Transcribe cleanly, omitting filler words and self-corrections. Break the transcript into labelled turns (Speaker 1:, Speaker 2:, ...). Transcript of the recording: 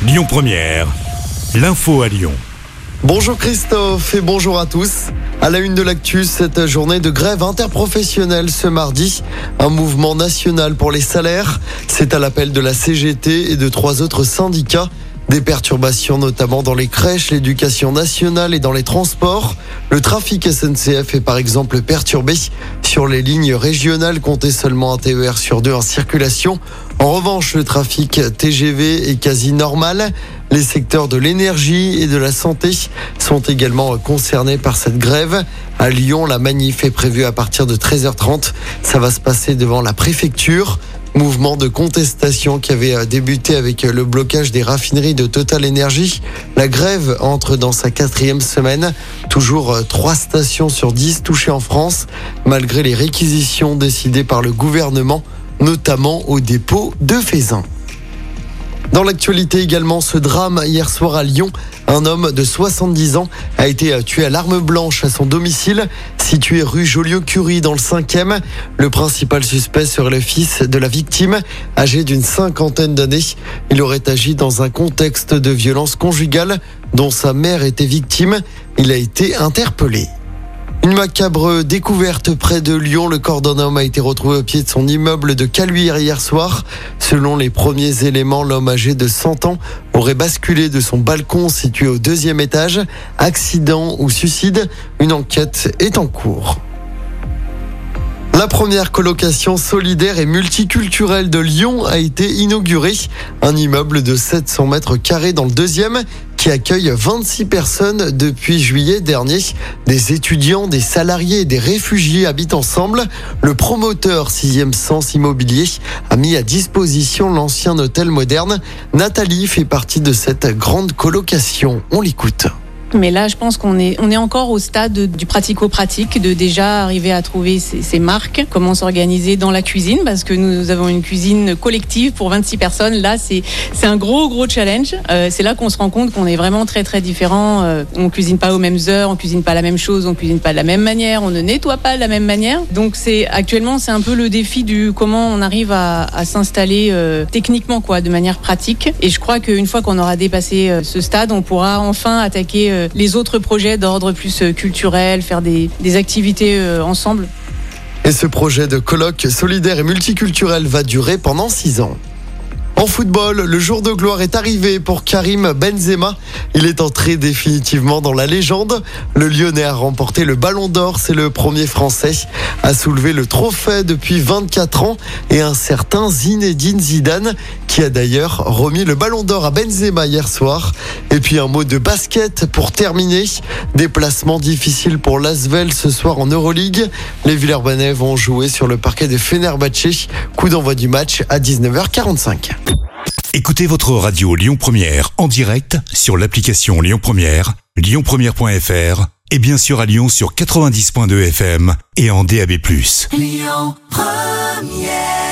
Speaker 1: Lyon Première, l'info à Lyon.
Speaker 2: Bonjour Christophe et bonjour à tous. À la une de l'actu, cette journée de grève interprofessionnelle ce mardi. Un mouvement national pour les salaires. C'est à l'appel de la CGT et de 3 autres syndicats. Des perturbations notamment dans les crèches, l'éducation nationale et dans les transports. Le trafic SNCF est par exemple perturbé. Sur les lignes régionales, comptez seulement un TER sur 2 en circulation. En revanche, le trafic TGV est quasi normal. Les secteurs de l'énergie et de la santé sont également concernés par cette grève. À Lyon, la manif est prévue à partir de 13h30. Ça va se passer devant la préfecture. Mouvement de contestation qui avait débuté avec le blocage des raffineries de Total Energy. La grève entre dans sa 4e semaine. Toujours 3 stations sur 10 touchées en France, malgré les réquisitions décidées par le gouvernement, notamment au dépôt de Feyzin. Dans l'actualité également, ce drame hier soir à Lyon. Un homme de 70 ans a été tué à l'arme blanche à son domicile, situé rue Joliot-Curie dans le 5e. Le principal suspect serait le fils de la victime, âgé d'une 50aine d'années. Il aurait agi dans un contexte de violence conjugale dont sa mère était victime. Il a été interpellé. Une macabre découverte près de Lyon. Le corps d'un homme a été retrouvé au pied de son immeuble de Caluire hier soir. Selon les premiers éléments, l'homme âgé de 100 ans aurait basculé de son balcon situé au 2e étage. Accident ou suicide, une enquête est en cours. La première colocation solidaire et multiculturelle de Lyon a été inaugurée. Un immeuble de 700 mètres carrés dans le 2e qui accueille 26 personnes depuis juillet dernier. Des étudiants, des salariés et des réfugiés habitent ensemble. Le promoteur 6e Sens Immobilier a mis à disposition l'ancien hôtel moderne. Nathalie fait partie de cette grande colocation. On l'écoute.
Speaker 3: Mais là, je pense qu'on est encore au stade du pratico-pratique, de déjà arriver à trouver ces marques, comment s'organiser dans la cuisine, parce que nous avons une cuisine collective pour 26 personnes. Là, c'est un gros challenge. C'est là qu'on se rend compte qu'on est vraiment très différents. On cuisine pas aux mêmes heures, on cuisine pas la même chose, on cuisine pas de la même manière, on ne nettoie pas de la même manière. Donc actuellement, c'est un peu le défi du comment on arrive à s'installer techniquement, de manière pratique. Et je crois qu'une fois qu'on aura dépassé ce stade, on pourra enfin attaquer les autres projets d'ordre plus culturel, faire des activités ensemble.
Speaker 2: Et ce projet de colloque solidaire et multiculturel va durer pendant 6 ans. En football, le jour de gloire est arrivé pour Karim Benzema. Il est entré définitivement dans la légende. Le Lyonnais a remporté le Ballon d'Or. C'est le premier Français à soulever le trophée depuis 24 ans. Et un certain Zinedine Zidane qui a d'ailleurs remis le Ballon d'Or à Benzema hier soir. Et puis un mot de basket pour terminer. Déplacement difficile pour l'Asvel ce soir en Euroleague. Les Villeurbanais vont jouer sur le parquet de Fenerbahçe. Coup d'envoi du match à 19h45.
Speaker 1: Écoutez votre radio Lyon Première en direct sur l'application Lyon Première, lyonpremière.fr et bien sûr à Lyon sur 90.2 FM et en DAB+.
Speaker 4: Lyon Première.